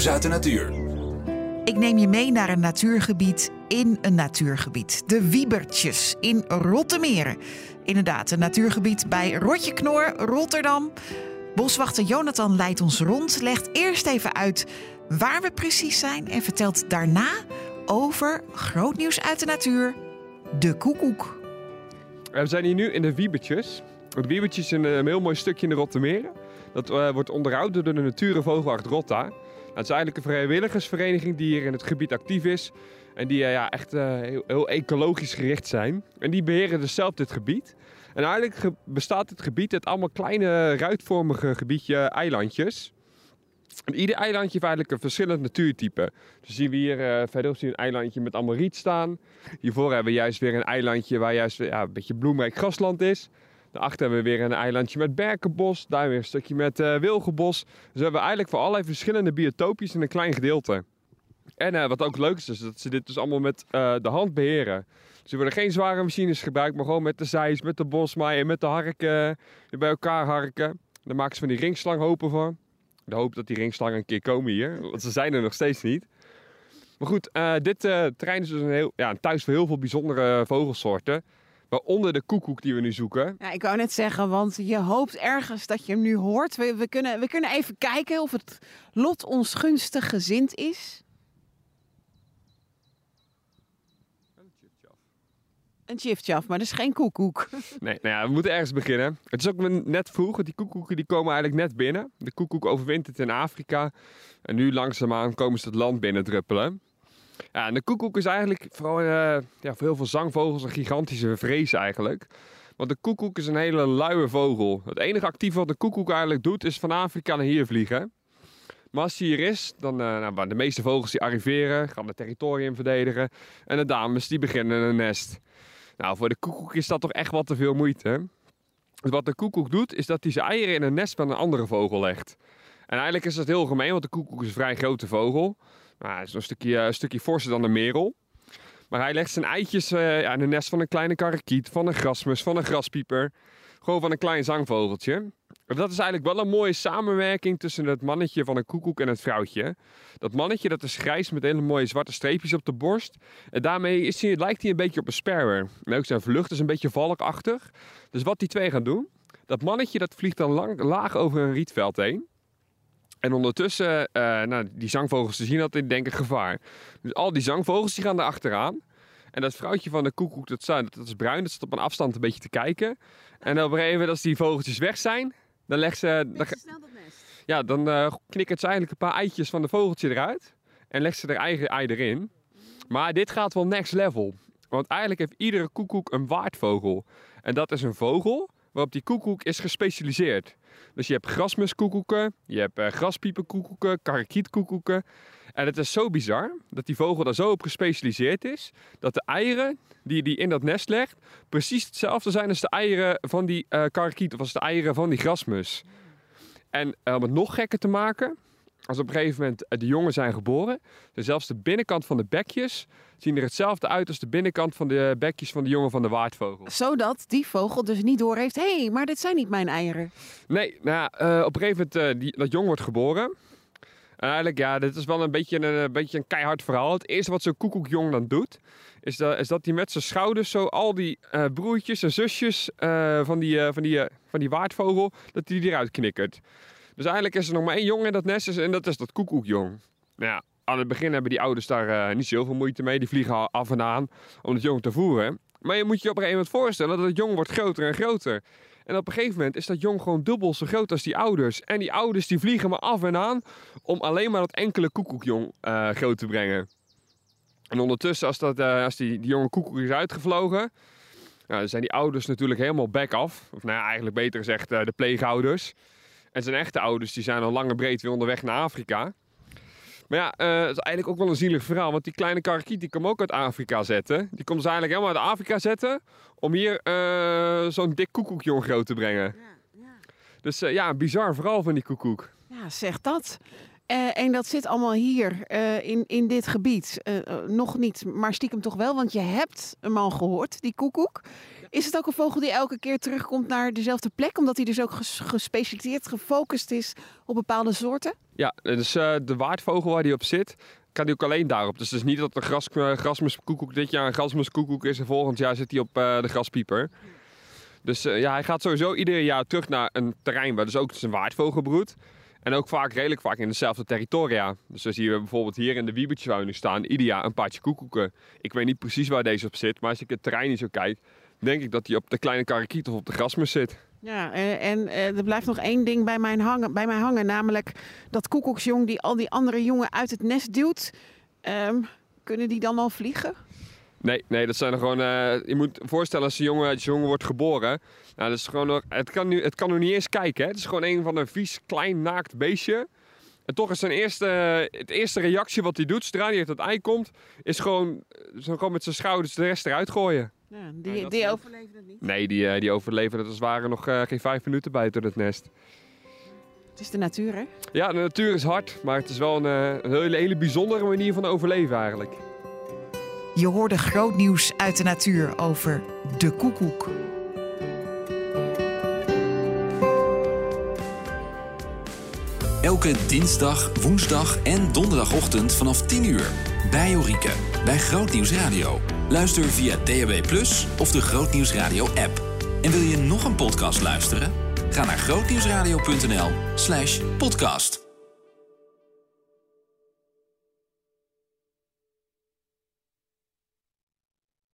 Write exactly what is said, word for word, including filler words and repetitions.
Grootnieuws uit de natuur. Ik neem je mee naar een natuurgebied in een natuurgebied. De Wiebertjes in Rottemeren. Inderdaad, een natuurgebied bij Rotjeknor, Rotterdam. Boswachter Jonathan leidt ons rond, legt eerst even uit waar we precies zijn en vertelt daarna over grootnieuws uit de natuur, de koekoek. We zijn hier nu in de Wiebertjes. Het Wiebertjes is een, een heel mooi stukje in de Rottemeren. Dat uh, wordt onderhouden door de Natuur- en Vogelwacht Rotta. Nou, het is eigenlijk een vrijwilligersvereniging die hier in het gebied actief is. En die uh, ja, echt uh, heel, heel ecologisch gericht zijn. En die beheren dus zelf dit gebied. En eigenlijk ge- bestaat het gebied uit allemaal kleine ruitvormige gebiedje eilandjes. En ieder eilandje heeft eigenlijk een verschillend natuurtype. Dus zien we hier uh, verderop zien we een eilandje met allemaal riet staan. Hiervoor hebben we juist weer een eilandje waar juist ja, een beetje bloemrijk grasland is. Daarachter hebben we weer een eilandje met berkenbos. Daar weer een stukje met uh, wilgenbos. Dus we hebben eigenlijk voor allerlei verschillende biotoopjes in een klein gedeelte. En uh, wat ook leuk is, is dat ze dit dus allemaal met uh, de hand beheren. Dus er worden geen zware machines gebruikt, maar gewoon met de zeis, met de bosmaaier, met de harken. Die bij elkaar harken. Daar maken ze van die ringslanghopen van. De hoop dat die ringslangen een keer komen hier, want ze zijn er nog steeds niet. Maar goed, uh, dit uh, terrein is dus een, heel, ja, een thuis voor heel veel bijzondere vogelsoorten. Waaronder de koekoek die we nu zoeken. Ja, ik wou net zeggen, want je hoopt ergens dat je hem nu hoort. We, we, kunnen, we kunnen even kijken of het lot ons gunstig gezind is. Een tjiftjaf, maar dat is geen koekoek. Nee, nou ja, we moeten ergens beginnen. Het is ook net vroeg, want die koekoeken die komen eigenlijk net binnen. De koekoek overwintert in Afrika. En nu langzaamaan komen ze het land binnen druppelen. Ja, en de koekoek is eigenlijk vooral uh, ja, voor heel veel zangvogels een gigantische vrees eigenlijk. Want de koekoek is een hele luie vogel. Het enige actieve wat de koekoek eigenlijk doet is van Afrika naar hier vliegen. Maar als hij hier is, dan uh, nou, de meeste vogels die arriveren, gaan het territorium verdedigen. En de dames die beginnen een nest. Nou, voor de koekoek is dat toch echt wat te veel moeite. Dus wat de koekoek doet, is dat hij zijn eieren in een nest van een andere vogel legt. En eigenlijk is dat heel gemeen, want de koekoek is een vrij grote vogel. Nou, hij is een stukje, een stukje forser dan de merel. Maar hij legt zijn eitjes uh, ja, in een nest van een kleine karakiet, van een grasmus, van een graspieper. Gewoon van een klein zangvogeltje. En dat is eigenlijk wel een mooie samenwerking tussen het mannetje van een koekoek en het vrouwtje. Dat mannetje dat is grijs met hele mooie zwarte streepjes op de borst. En daarmee is hij, lijkt hij een beetje op een sparrow. En ook zijn vlucht is een beetje valkachtig. Dus wat die twee gaan doen, dat mannetje dat vliegt dan lang, laag over een rietveld heen. En ondertussen, uh, nou, die zangvogels zien dat en denken gevaar. Dus al die zangvogels die gaan er achteraan. En dat vrouwtje van de koekoek, dat, dat is bruin, dat staat op een afstand een beetje te kijken. En op een gegeven moment, als die vogeltjes weg zijn, dan legt ze... Dan, snel dat nest. Ja, dan uh, knikkert ze eigenlijk een paar eitjes van de vogeltje eruit. En legt ze haar eigen ei erin. Maar dit gaat wel next level. Want eigenlijk heeft iedere koekoek een waardvogel. En dat is een vogel waarop die koekoek is gespecialiseerd. Dus je hebt grasmuskoekoeken, je hebt uh, graspieperkoekoeken, karakietkoekoeken. En het is zo bizar dat die vogel daar zo op gespecialiseerd is, dat de eieren die hij in dat nest legt, precies hetzelfde zijn als de eieren van die uh, karakiet of als de eieren van die grasmus. En uh, om het nog gekker te maken, als op een gegeven moment de jongen zijn geboren, dus zelfs de binnenkant van de bekjes zien er hetzelfde uit als de binnenkant van de bekjes van de jongen van de waardvogel. Zodat die vogel dus niet doorheeft, hé, hey, maar dit zijn niet mijn eieren. Nee, nou ja, uh, op een gegeven moment, uh, die, dat jong wordt geboren. En eigenlijk, ja, dit is wel een beetje een, een, beetje een keihard verhaal. Het eerste wat zo'n koekoekjong dan doet, is, dat, is dat hij met zijn schouders zo al die uh, broertjes en zusjes uh, van, die, uh, van, die, uh, van die waardvogel, dat hij die eruit knikkert. Dus eigenlijk is er nog maar één jong in dat nest en dat is dat koekoekjong. Nou ja, aan het begin hebben die ouders daar uh, niet zoveel moeite mee. Die vliegen af en aan om het jong te voeren. Maar je moet je op een gegeven moment voorstellen dat het jong wordt groter en groter. En op een gegeven moment is dat jong gewoon dubbel zo groot als die ouders. En die ouders die vliegen maar af en aan om alleen maar dat enkele koekoekjong uh, groot te brengen. En ondertussen, als, dat, uh, als die, die jonge koekoek is uitgevlogen, nou, dan zijn die ouders natuurlijk helemaal back af. Of nou ja, eigenlijk beter gezegd uh, de pleegouders. En zijn echte ouders die zijn al lang en breed weer onderweg naar Afrika. Maar ja, uh, het is eigenlijk ook wel een zielig verhaal. Want die kleine karakiet die komt ook uit Afrika zetten. Die komt ze eigenlijk helemaal uit Afrika zetten om hier uh, zo'n dik koekoekjong groot te brengen. Ja, ja. Dus uh, ja, bizar verhaal van die koekoek. Ja, zeg dat. Uh, en dat zit allemaal hier uh, in, in dit gebied. Uh, uh, nog niet, maar stiekem toch wel. Want je hebt hem al gehoord, die koekoek. Is het ook een vogel die elke keer terugkomt naar dezelfde plek? Omdat hij dus ook ges- gespecialiseerd, gefocust is op bepaalde soorten? Ja, dus uh, de waardvogel waar die op zit, kan die ook alleen daarop. Dus het is niet dat de gras, uh, grasmuskoekoek dit jaar een grasmuskoekoek is en volgend jaar zit hij op uh, de graspieper. Dus uh, ja, hij gaat sowieso ieder jaar terug naar een terrein waar dus ook zijn waardvogel broedt. En ook vaak, redelijk vaak in dezelfde territoria. Dus dan zien we bijvoorbeeld hier in de wiebertjes waar we nu staan, ieder jaar een paardje koekoeken. Ik weet niet precies waar deze op zit, maar als ik het terrein niet zo kijk, denk ik dat hij op de kleine karakiet of op de grasmus zit. Ja, en, en er blijft nog één ding bij, mijn hangen, bij mij hangen, namelijk dat koekoeksjong die al die andere jongen uit het nest duwt. Um, kunnen die dan al vliegen? Nee, nee, dat zijn er gewoon. Uh, je moet je voorstellen als een jongen, als een jongen wordt geboren. Nou, dat is gewoon nog, het, kan nu, het kan nog niet eens kijken. Hè? Het is gewoon een van een vies, klein, naakt beestje. En toch is zijn eerste, het eerste reactie wat hij doet, zodra hij uit het ei komt, is gewoon, gewoon met zijn schouders de rest eruit gooien. Ja, die ja, die overleven het niet? Nee, die, uh, die overleven het. Er waren nog uh, geen vijf minuten buiten het nest. Het is de natuur, hè? Ja, de natuur is hard, maar het is wel een, uh, een hele, hele bijzondere manier van overleven eigenlijk. Je hoorde groot nieuws uit de natuur over de koekoek. Elke dinsdag, woensdag en donderdagochtend vanaf tien uur. Bij Ulrike, bij Groot Nieuws Radio. Luister via D A B plus, of de Groot Nieuws Radio app. En wil je nog een podcast luisteren? Ga naar grootnieuwsradio punt n l slash podcast.